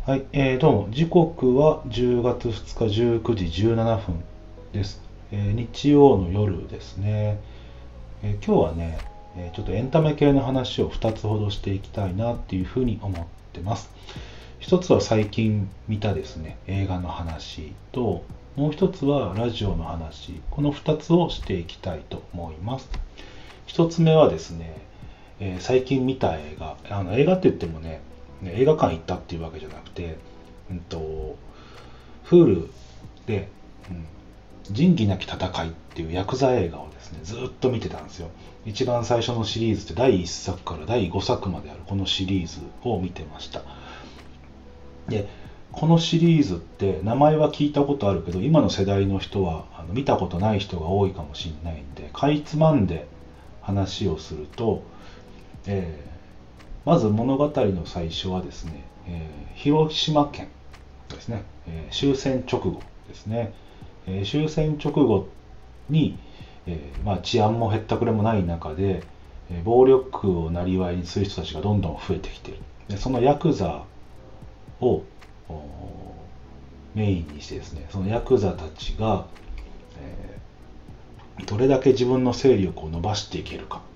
はい、どうも、時刻は10月2日19時17分です。日曜の夜ですね。今日はね、ちょっとエンタメ系の話を2つほどしていきたいなっていうふうに思ってます。一つは最近見たですね、映画の話と、もう一つはラジオの話、この2つをしていきたいと思います。一つ目はですね、最近見た映画、映画って言ってもね、映画館行ったっていうわけじゃなくて、Hulu で、仁義なき戦いっていうヤクザ映画をですね、ずっと見てたんですよ。一番最初のシリーズって第1作から第5作まであるこのシリーズを見てました。で、このシリーズって名前は聞いたことあるけど、今の世代の人は見たことない人が多いかもしれないんで、かいつまんで話をすると、まず物語の最初はですね、広島県ですね、終戦直後ですね、終戦直後に、治安もへったくれもない中で、暴力を生業にする人たちがどんどん増えてきている。でそのヤクザをメインにしてですね、そのヤクザたちが、どれだけ自分の勢力を伸ばしていけるか、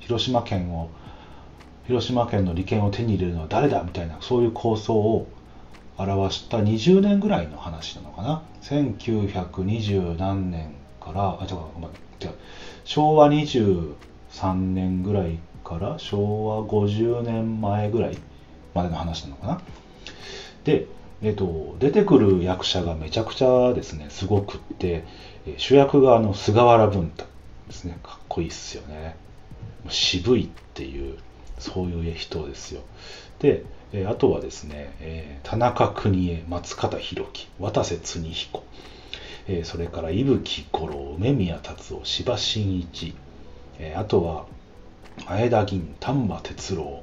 広島県の利権を手に入れるのは誰だみたいな、そういう構想を表した20年ぐらいの話なのかな。1920何年から、違う、昭和23年ぐらいから昭和50年前ぐらいまでの話なのかな。で、出てくる役者がめちゃくちゃですね、すごくって、主役が菅原文太ですね、かっこいいっすよね。渋いっていう、そういう人ですよ。で、あとはですね、田中邦衛、松方弘樹、渡瀬恒彦、それから伊吹五郎、梅宮達夫、柴真一、あとは前田銀、丹波哲郎、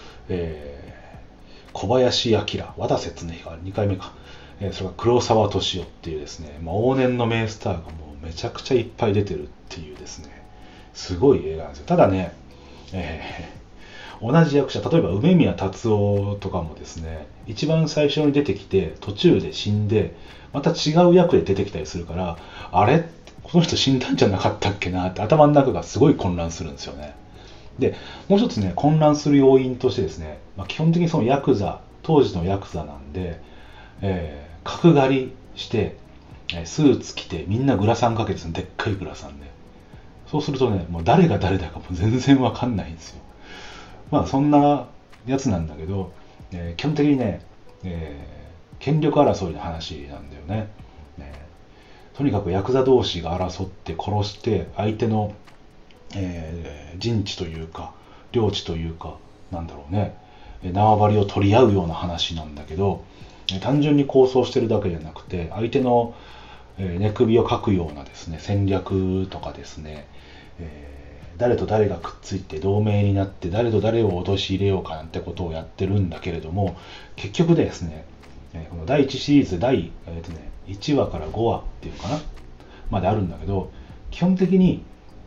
小林明、渡瀬恒彦、2回目か、それから黒沢敏夫っていうですね、往年の名スターがもうめちゃくちゃいっぱい出てるっていうですね、すごい映画なんですよ。ただね、同じ役者、例えば梅宮達夫とかもですね、一番最初に出てきて途中で死んでまた違う役で出てきたりするから、あれこの人死んだんじゃなかったっけなって頭の中がすごい混乱するんですよね。で、もう一つね、混乱する要因としてですね、基本的にそのヤクザ、当時のヤクザなんで、角刈りして、スーツ着て、みんなグラサンかけてるんですよ、でっかいグラサンで。そうするとね、もう誰が誰だかもう全然わかんないんですよ。そんなやつなんだけど、基本的にね、権力争いの話なんだよね。とにかくヤクザ同士が争って殺して相手の、陣地というか領地というか、なんだろうね、縄張りを取り合うような話なんだけど、単純に抗争してるだけじゃなくて相手の寝首をかくようなですね、戦略とかですね、誰と誰がくっついて同盟になって誰と誰を陥れようかなんてことをやってるんだけれども、結局ですね、この第1シリーズ第、1話から5話っていうかなまであるんだけど、基本的に、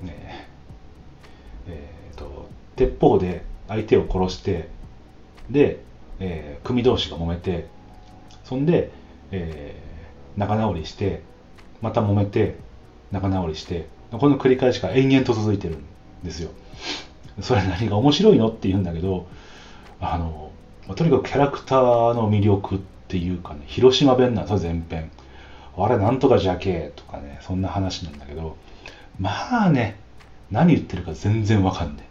鉄砲で相手を殺してで、組同士が揉めて、そんで、仲直りしてまた揉めて仲直りして、この繰り返しが延々と続いてるんですよ。それ何が面白いのって言うんだけど、とにかくキャラクターの魅力っていうかね、広島弁なんですよ全編。あれなんとかじゃけとかね、そんな話なんだけど、まあね、何言ってるか全然わかんない。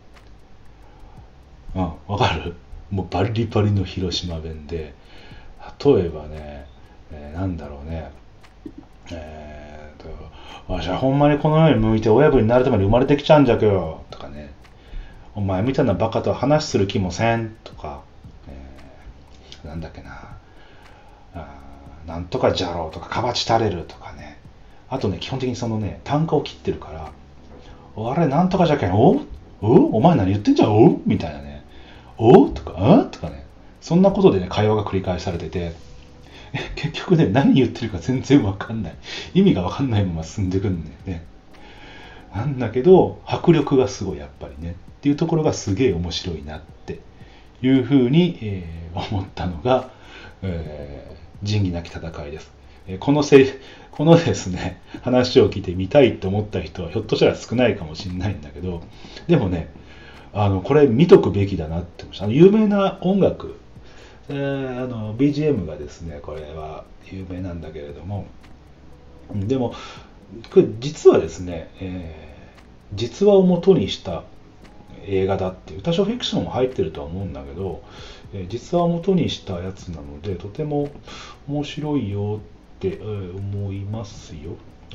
わかる。もうバリバリの広島弁で、例えばね、なんだろうね、わしはほんまにこの世に向いて親分になるために生まれてきちゃうんじゃけよとかね、お前みたいなバカとは話する気もせんとか、なんだっけな、なんとかじゃろうとかかばちたれるとかね、あとね、基本的にそのね、単価を切ってるから、あれなんとかじゃけん、お前何言ってんじゃんおみたいなね、とかとかね、そんなことでね、会話が繰り返されてて、結局ね、何言ってるか全然わかんない。意味がわかんないまま進んでいくんだよね。なんだけど、迫力がすごいやっぱりね。っていうところがすげえ面白いなっていうふうに、思ったのが、 仁義なき戦いです。このですね、話を聞いて見たいと思った人はひょっとしたら少ないかもしれないんだけど、でもね、これ見とくべきだなって思いました。有名な音楽、BGM がですね、これは有名なんだけれども、でも、これ実はですね、実話を元にした映画だっていう、多少フィクションも入ってるとは思うんだけど、実話を元にしたやつなので、とても面白いよって思いますよ。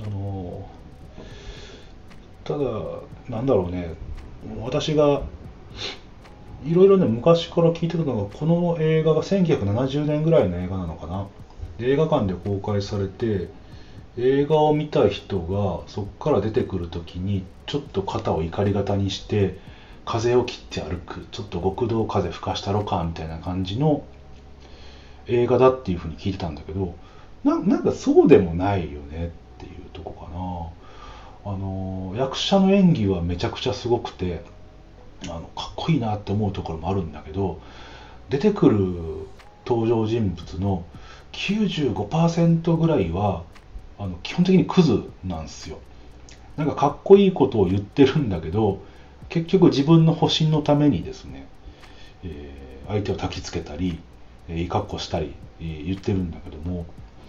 ただ、なんだろうね、私がいろいろね、昔から聞いてたのが、この映画が1970年ぐらいの映画なのかな。で映画館で公開されて、映画を見た人がそこから出てくるときに、ちょっと肩を怒り型にして、風を切って歩く、ちょっと極道風吹かしたろかみたいな感じの映画だっていうふうに聞いてたんだけど、なんかそうでもないよねっていうとこかな。役者の演技はめちゃくちゃすごくて、かっこいいなって思うところもあるんだけど、出てくる登場人物の95%ぐらいは基本的にクズなんですよ。なんかかっこいいことを言ってるんだけど、結局自分の保身のためにですね、相手を焚きつけたり、いい格好したり、言ってるんだけども、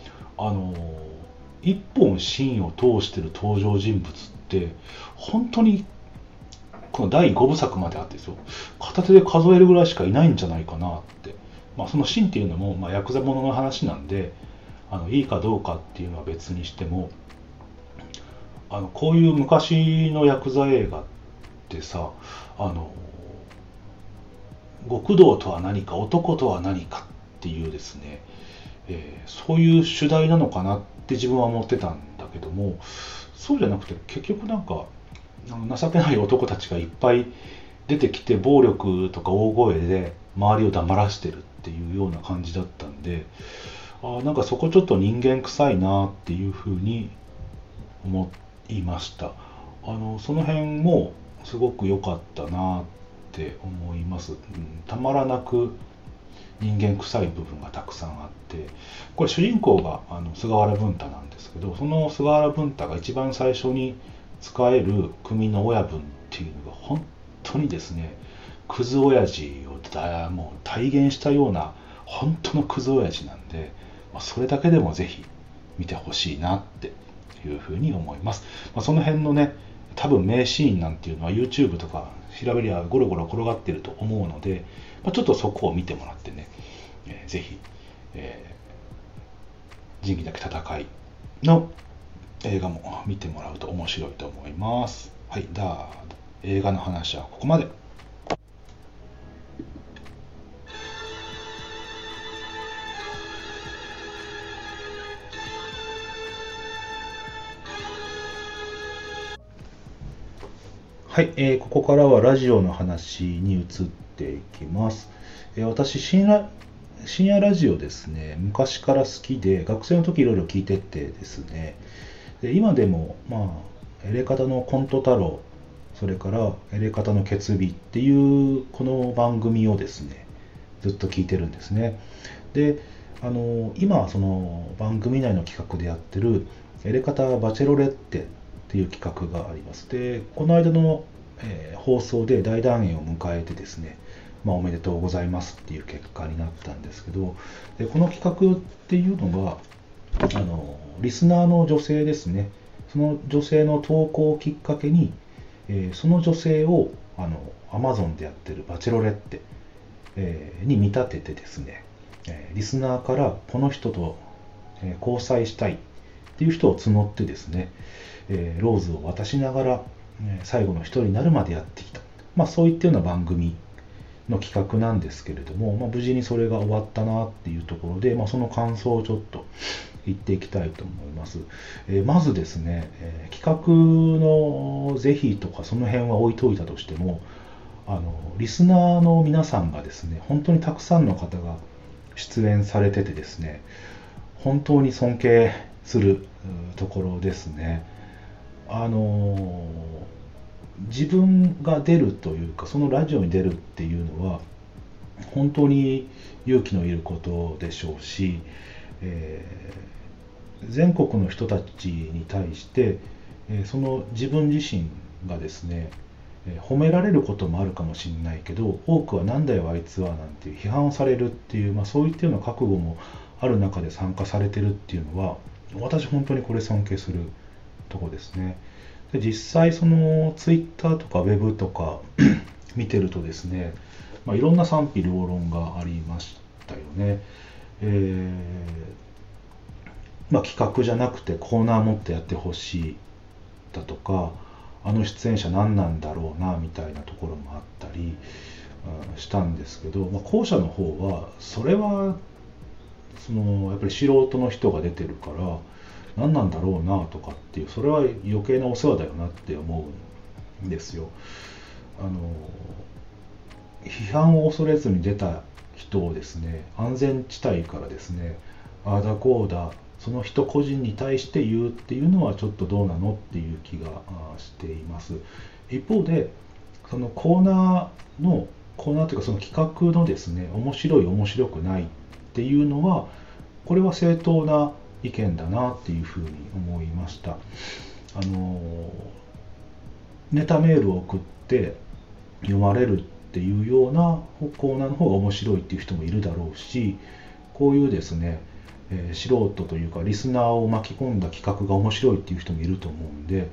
一本芯を通してる登場人物って本当にこの第5部作まであってですよ、片手で数えるぐらいしかいないんじゃないかなって。その芯っていうのも、ヤクザものの話なんで、いいかどうかっていうのは別にしても、こういう昔のヤクザ映画ってさ、極道とは何か、男とは何かっていうですね、そういう主題なのかなって自分は思ってたんだけども、そうじゃなくて結局なんか情けない男たちがいっぱい出てきて、暴力とか大声で周りを黙らしてるっていうような感じだったんで、なんかそこちょっと人間臭いなっていうふうに思いました。その辺もすごく良かったなって思います。たまらなく人間臭い部分がたくさんあって、これ主人公が菅原文太なんですけど、その菅原文太が一番最初に使える組の親分っていうのが本当にですね、クズ親父をもう体現したような本当のクズ親父なんで、それだけでもぜひ見てほしいなっていうふうに思います。その辺のね、多分名シーンなんていうのは YouTube とか調べりゃゴロゴロ転がってると思うので、ちょっとそこを見てもらってね、ぜひ、仁義なき戦いの映画も見てもらうと面白いと思います。はい、映画の話はここまで。はい、ここからはラジオの話に移っていきます。私深夜ラジオですね、昔から好きで、学生の時いろいろ聞いてってですね、で今でも、エレカタのコント太郎、それからエレカタの決意っていうこの番組をですね、ずっと聞いてるんですね。で、今その番組内の企画でやってるエレカタバチェロレッテっていう企画があります。で、この間の、放送で大団円を迎えてですね、おめでとうございますっていう結果になったんですけど、でこの企画っていうのがリスナーの女性ですね、その女性の投稿をきっかけに、その女性をAmazon でやってるバチェロレッテ、に見立ててですね、リスナーからこの人と、交際したいっていう人を募ってですね、ローズを渡しながら、最後の一人になるまでやってきた、そういったような番組の企画なんですけれども、無事にそれが終わったなっていうところで、その感想をちょっと言っていきたいと思います。まずですね、企画の是非とかその辺は置いといたとしても、リスナーの皆さんがですね、本当にたくさんの方が出演されててですね、本当に尊敬するところですね。自分が出るというか、そのラジオに出るっていうのは本当に勇気のいることでしょうし、全国の人たちに対して、その自分自身がですね、褒められることもあるかもしれないけど、多くはなんだよあいつはなんていう批判をされるっていう、そういったような覚悟もある中で参加されてるっていうのは、私本当にこれ尊敬するとこですね。で実際そのツイッターとかウェブとか見てるとですね、いろんな賛否両論がありましたよね。企画じゃなくてコーナー持ってやってほしいだとか、あの出演者何なんだろうなみたいなところもあったりしたんですけど、後者の方はそれはやっぱり素人の人が出てるから何なんだろうなとかっていう、それは余計なお世話だよなって思うんですよ。批判を恐れずに出た人をですね、安全地帯からですね、ああだこうだその人個人に対して言うっていうのはちょっとどうなのっていう気がしています。一方でそのコーナーというかその企画のですね、面白い面白くないっていうのはこれは正当な意見だなっていうふうに思いました。ネタメールを送って読まれるっていうようなコーナーの方が面白いっていう人もいるだろうし、こういうですね、素人というかリスナーを巻き込んだ企画が面白いっていう人もいると思うんで、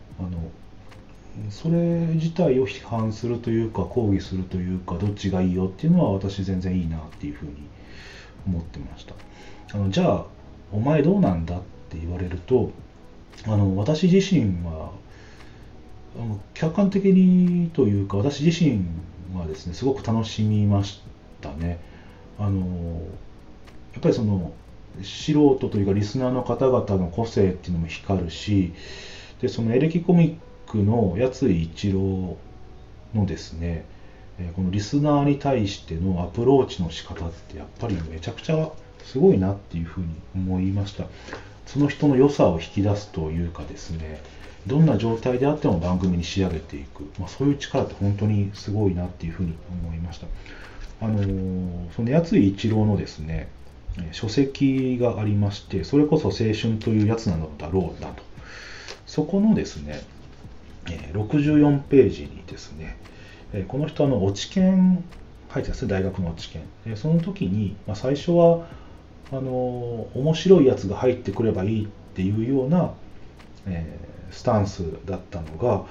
それ自体を批判するというか抗議するというかどっちがいいよっていうのは私全然いいなっていうふうに思ってました。じゃあお前どうなんだって言われると、私自身は客観的にというか私自身はですねすごく楽しみましたね。やっぱりその素人というかリスナーの方々の個性っていうのも光るし、でそのエレキコミックのやつい一郎のですね、このリスナーに対してのアプローチの仕方ってやっぱりめちゃくちゃすごいなっていうふうに思いました。その人の良さを引き出すというかですね、どんな状態であっても番組に仕上げていく、そういう力って本当にすごいなっていうふうに思いました。そのやつい一郎のですね書籍がありまして、それこそ青春というやつなのだろうなと、そこのですね64ページにですね、この人落ち研書いてますね、大学の落ち研。その時に、最初は面白いやつが入ってくればいいっていうような、スタンスだったのが、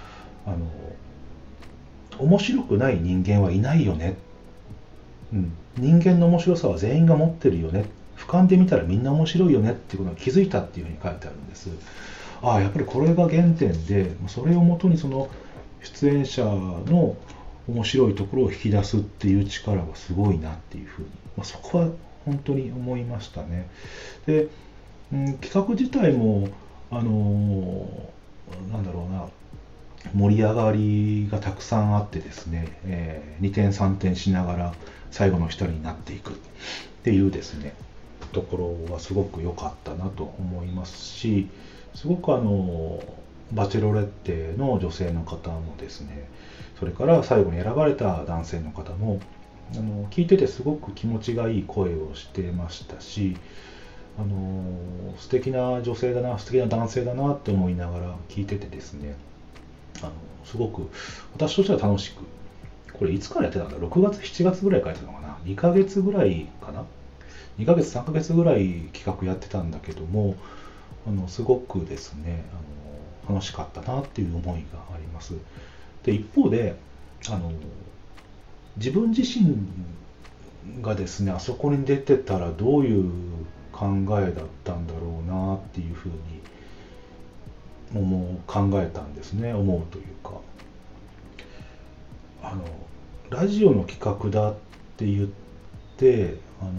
面白くない人間はいないよね、人間の面白さは全員が持ってるよね、俯瞰で見たらみんな面白いよねっていうことに気づいたっていうふうに書いてあるんです。やっぱりこれが原点で、それをもとにその出演者の面白いところを引き出すっていう力はすごいなっていうふうに、そこは本当に思いましたね。で、企画自体もなんだろうな、盛り上がりがたくさんあってですね、2点3点しながら最後の一人になっていくっていうですねところはすごく良かったなと思いますし、すごくバチェロレッテの女性の方もですね、それから最後に選ばれた男性の方も聞いててすごく気持ちがいい声をしてましたし、素敵な女性だな、素敵な男性だなって思いながら聞いててですね、すごく私としては楽しく、これいつからやってたんだ、6月7月ぐらいからやってたのかな、2ヶ月ぐらいかな、2ヶ月3ヶ月ぐらい企画やってたんだけども、すごくですね楽しかったなっていう思いがあります。で一方で自分自身がですねあそこに出てたらどういう考えだったんだろうなっていうふうに考えたんですね。思うというか、ラジオの企画だって言って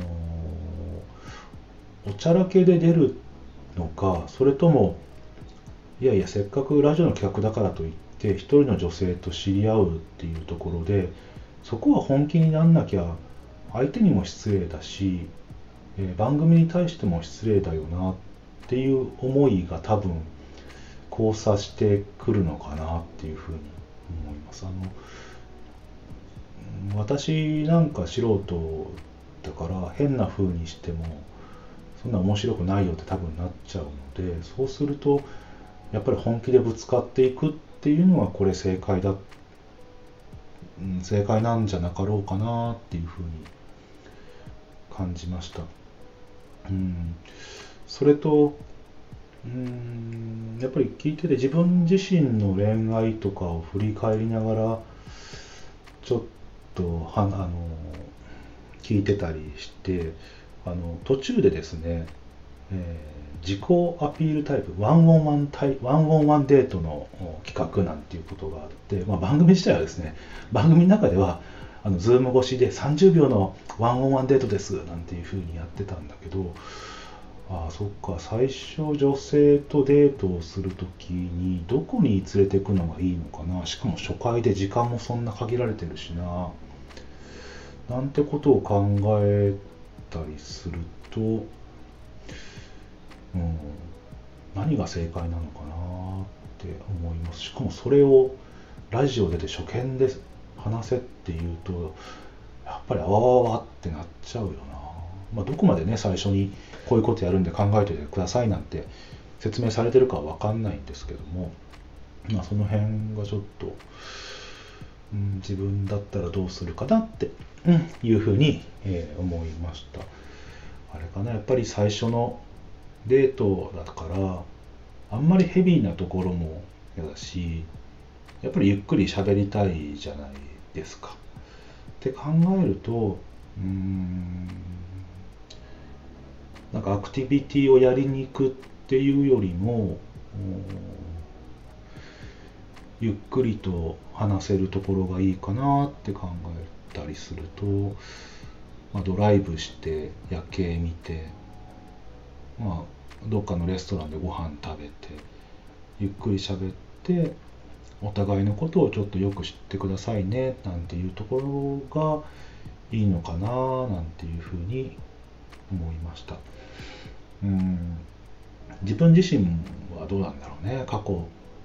おちゃらけで出るのか、それともいやいやせっかくラジオの企画だからといって一人の女性と知り合うっていうところで、そこは本気になんなきゃ相手にも失礼だし、番組に対しても失礼だよなっていう思いが多分交差してくるのかなっていうふうに思います。 私なんか素人だから変な風にしてもそんな面白くないよって多分なっちゃうので、そうするとやっぱり本気でぶつかっていくっていうのはこれ正解だ、正解なんじゃなかろうかなっていう風に感じました。それとやっぱり聞いてて自分自身の恋愛とかを振り返りながらちょっと聞いてたりして、途中でですね、自己アピールタイプワンオンワンデートの企画なんていうことがあって、番組自体はですね、番組の中ではズーム越しで30秒のワンオンワンデートですなんていう風にやってたんだけど、そっか、最初女性とデートをするときにどこに連れていくのがいいのかな、しかも初回で時間もそんな限られてるしな、なんてことを考えたりすると、何が正解なのかなって思います。しかもそれをラジオで初見で話せっていうとやっぱりあわわわってなっちゃうよな。どこまでね最初にこういうことやるんで考えておいてくださいなんて説明されてるかは分かんないんですけども、その辺がちょっと、自分だったらどうするかなっていうふうに、思いました。あれかな、やっぱり最初のデートだからあんまりヘビーなところも嫌だし、やっぱりゆっくり喋りたいじゃないですかって考えると、なんかアクティビティをやりに行くっていうよりもゆっくりと話せるところがいいかなって考えたりすると、ドライブして夜景見て、どっかのレストランでご飯食べてゆっくり喋ってお互いのことをちょっとよく知ってくださいねなんていうところがいいのかななんていうふうに思いました。自分自身はどうなんだろうね。過去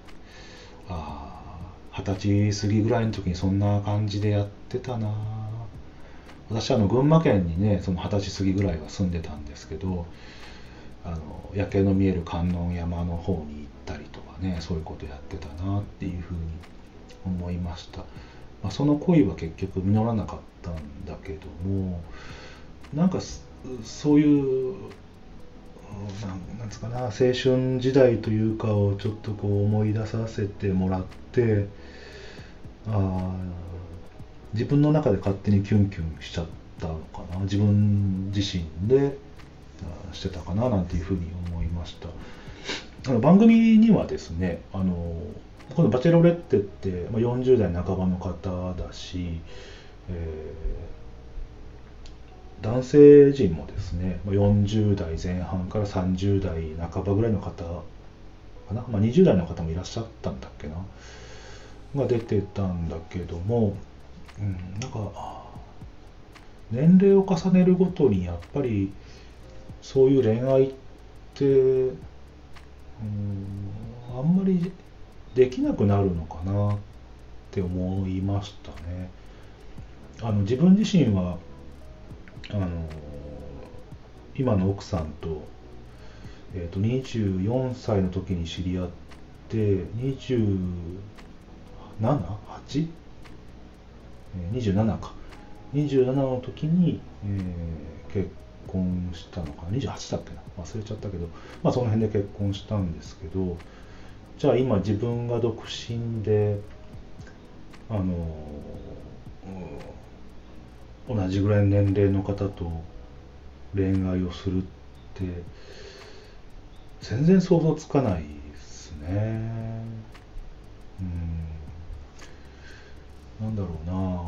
20歳過ぎぐらいの時にそんな感じでやってたな。私群馬県にねその20歳過ぎぐらいは住んでたんですけど、夜景の見える観音山の方に行ったりとかね、そういうことやってたなっていうふうに思いました。その恋は結局実らなかったんだけども、なんかそういうなんですかな、青春時代というかをちょっとこう思い出させてもらって、自分の中で勝手にキュンキュンしちゃったのかな、自分自身でしてたかななんていうふうに思いました。番組にはですね、このバチェロレッテって、40代半ばの方だし、男性陣もですね40代前半から30代半ばぐらいの方かな、20代の方もいらっしゃったんだっけなが出てたんだけども、なんか年齢を重ねるごとにやっぱりそういう恋愛ってあんまりできなくなるのかなって思いましたね。自分自身は今の奥さんと、24歳の時に知り合って27?8? 27か27の時に、結婚したのかな、28だっけな忘れちゃったけど、その辺で結婚したんですけど、じゃあ今自分が独身で同じぐらいの年齢の方と恋愛をするって全然想像つかないですね。なんだろうな、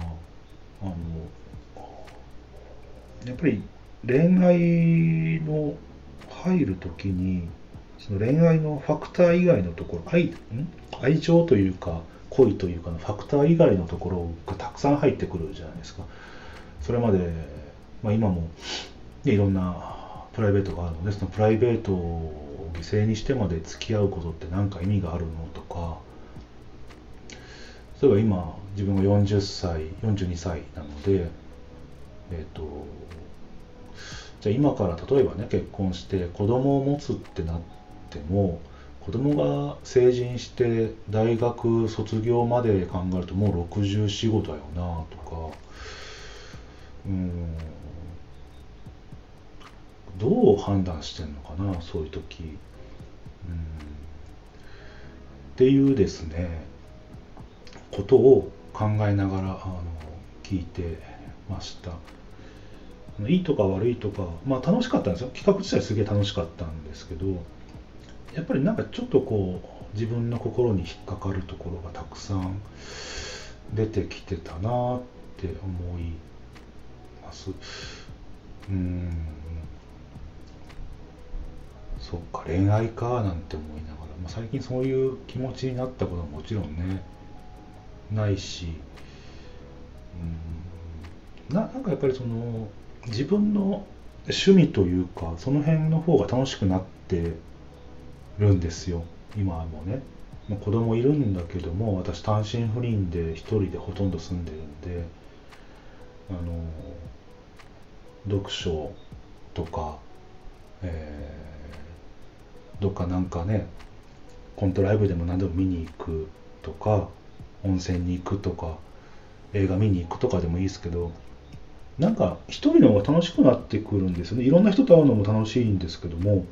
やっぱり恋愛の入るときにその恋愛のファクター以外のところ、愛情というか恋というかのファクター以外のところがたくさん入ってくるじゃないですか。それまで、今も、いろんなプライベートがあるので、そのプライベートを犠牲にしてまで付き合うことって何か意味があるのとか、例えば今自分が40歳42歳なので、じゃあ今から例えばね結婚して子供を持つってなっても、子供が成人して大学卒業まで考えるともう64、5だよなとか、どう判断してんのかなそういう時、っていうですねことを考えながら聞いてました。いいとか悪いとか、まあ楽しかったんですよ。企画自体すげえ楽しかったんですけど、やっぱりなんかちょっとこう自分の心に引っかかるところがたくさん出てきてたなって思います。そっか、恋愛かなんて思いながら、まあ、最近そういう気持ちになったことはもちろんねないし、なんかやっぱりその自分の趣味というかその辺の方が楽しくなってるんですよ今もね。もう子供いるんだけども、私単身赴任で一人でほとんど住んでるんで、読書とか、どっかなんかねコントライブでも何でも見に行くとか、温泉に行くとか映画見に行くとかでもいいですけど、なんか一人の方が楽しくなってくるんですよね。いろんな人と会うのも楽しいんですけども、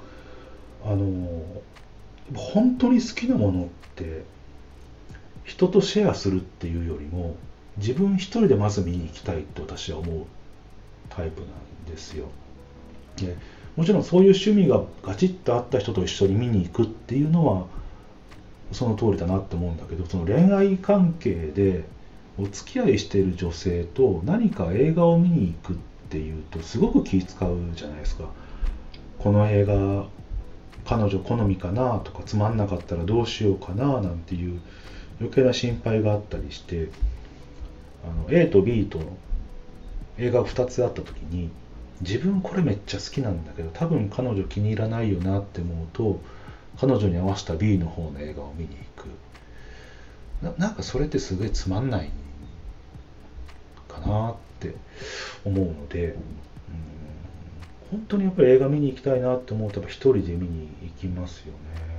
本当に好きなものって人とシェアするっていうよりも自分一人でまず見に行きたいって私は思うタイプなんですよ。でもちろんそういう趣味がガチッとあった人と一緒に見に行くっていうのはその通りだなって思うんだけど、その恋愛関係でお付き合いしている女性と何か映画を見に行くっていうとすごく気使うじゃないですか。この映画彼女好みかなとか、つまんなかったらどうしようかななんていう余計な心配があったりして、A と B と映画が2つあった時に自分これめっちゃ好きなんだけど多分彼女気に入らないよなって思うと、彼女に合わせた B の方の映画を見に行く。なんかそれってすごいつまんないかなって思うので、本当にやっぱり映画見に行きたいなって思うとやっぱ一人で見に行きますよね。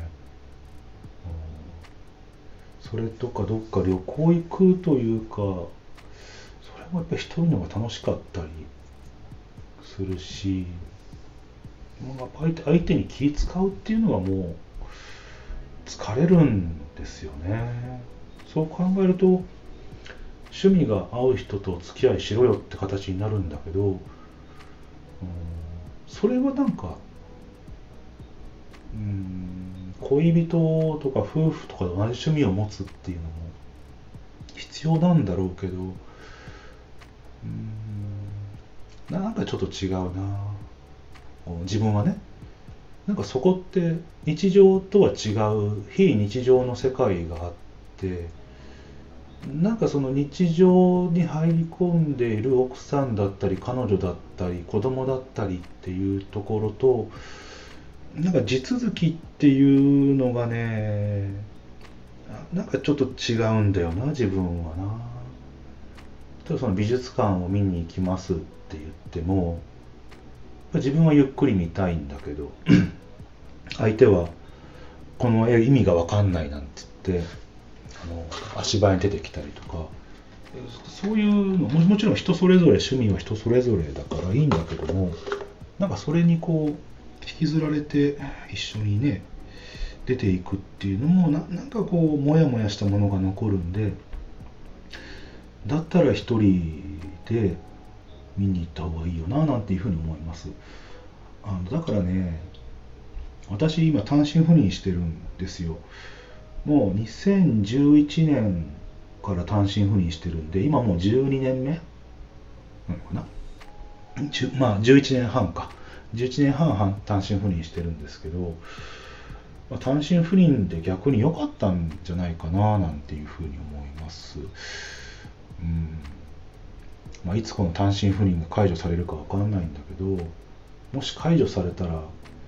それとかどっか旅行行くというか、それもやっぱり一人の方が楽しかったりするし、相手に気使うっていうのはもう疲れるんですよね。そう考えると趣味が合う人とお付き合いしろよって形になるんだけど、それはなんか恋人とか夫婦とかで同じ趣味を持つっていうのも必要なんだろうけど、なんかちょっと違うな自分はね。なんかそこって日常とは違う非日常の世界があって、なんかその日常に入り込んでいる奥さんだったり彼女だったり子供だったりっていうところと、なんか地続きっていうのがね、なんかちょっと違うんだよな自分はな。例えばその美術館を見に行きますって言っても自分はゆっくり見たいんだけど相手はこの絵意味が分かんないなんて言って足早に出てきたりとか、そういうのもちろん人それぞれ趣味は人それぞれだからいいんだけども、なんかそれにこう引きずられて一緒にね出ていくっていうのもなんかこうモヤモヤしたものが残るんで、だったら一人で見に行った方がいいよななんていうふうに思います。だからね、私今単身赴任してるんですよ。もう2011年から単身赴任してるんで、今もう12年目なのかな。まあ11年半か。11年半単身赴任してるんですけど、単身赴任で逆に良かったんじゃないかななんていうふうに思います。いつこの単身赴任が解除されるかわかんないんだけど、もし解除された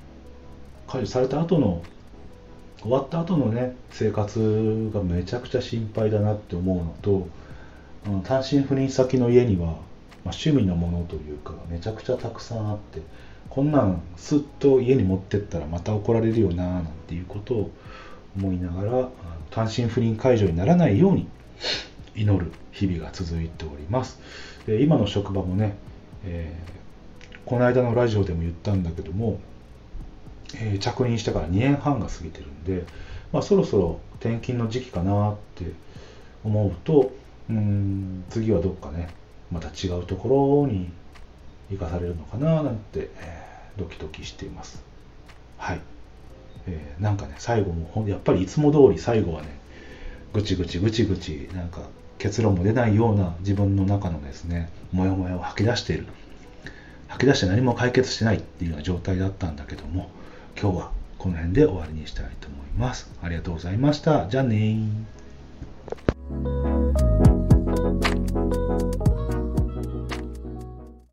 後の終わった後のね生活がめちゃくちゃ心配だなって思うのと、 単身赴任先の家には、趣味のものというかめちゃくちゃたくさんあって、こんなんスッと家に持ってったらまた怒られるよななんていうことを思いながら、単身赴任解除にならないように祈る日々が続いております。今の職場もね、この間のラジオでも言ったんだけども、着任してから2年半が過ぎてるんで、そろそろ転勤の時期かなって思うと、次はどっかね、また違うところに行かされるのかななんて、ドキドキしています。はい。なんかね、最後もやっぱりいつも通り最後はね、ぐちぐちなんか結論も出ないような自分の中のですね、モヤモヤを吐き出して何も解決してないっていうような状態だったんだけども、今日はこの辺で終わりにしたいと思います。ありがとうございました。じゃあねー。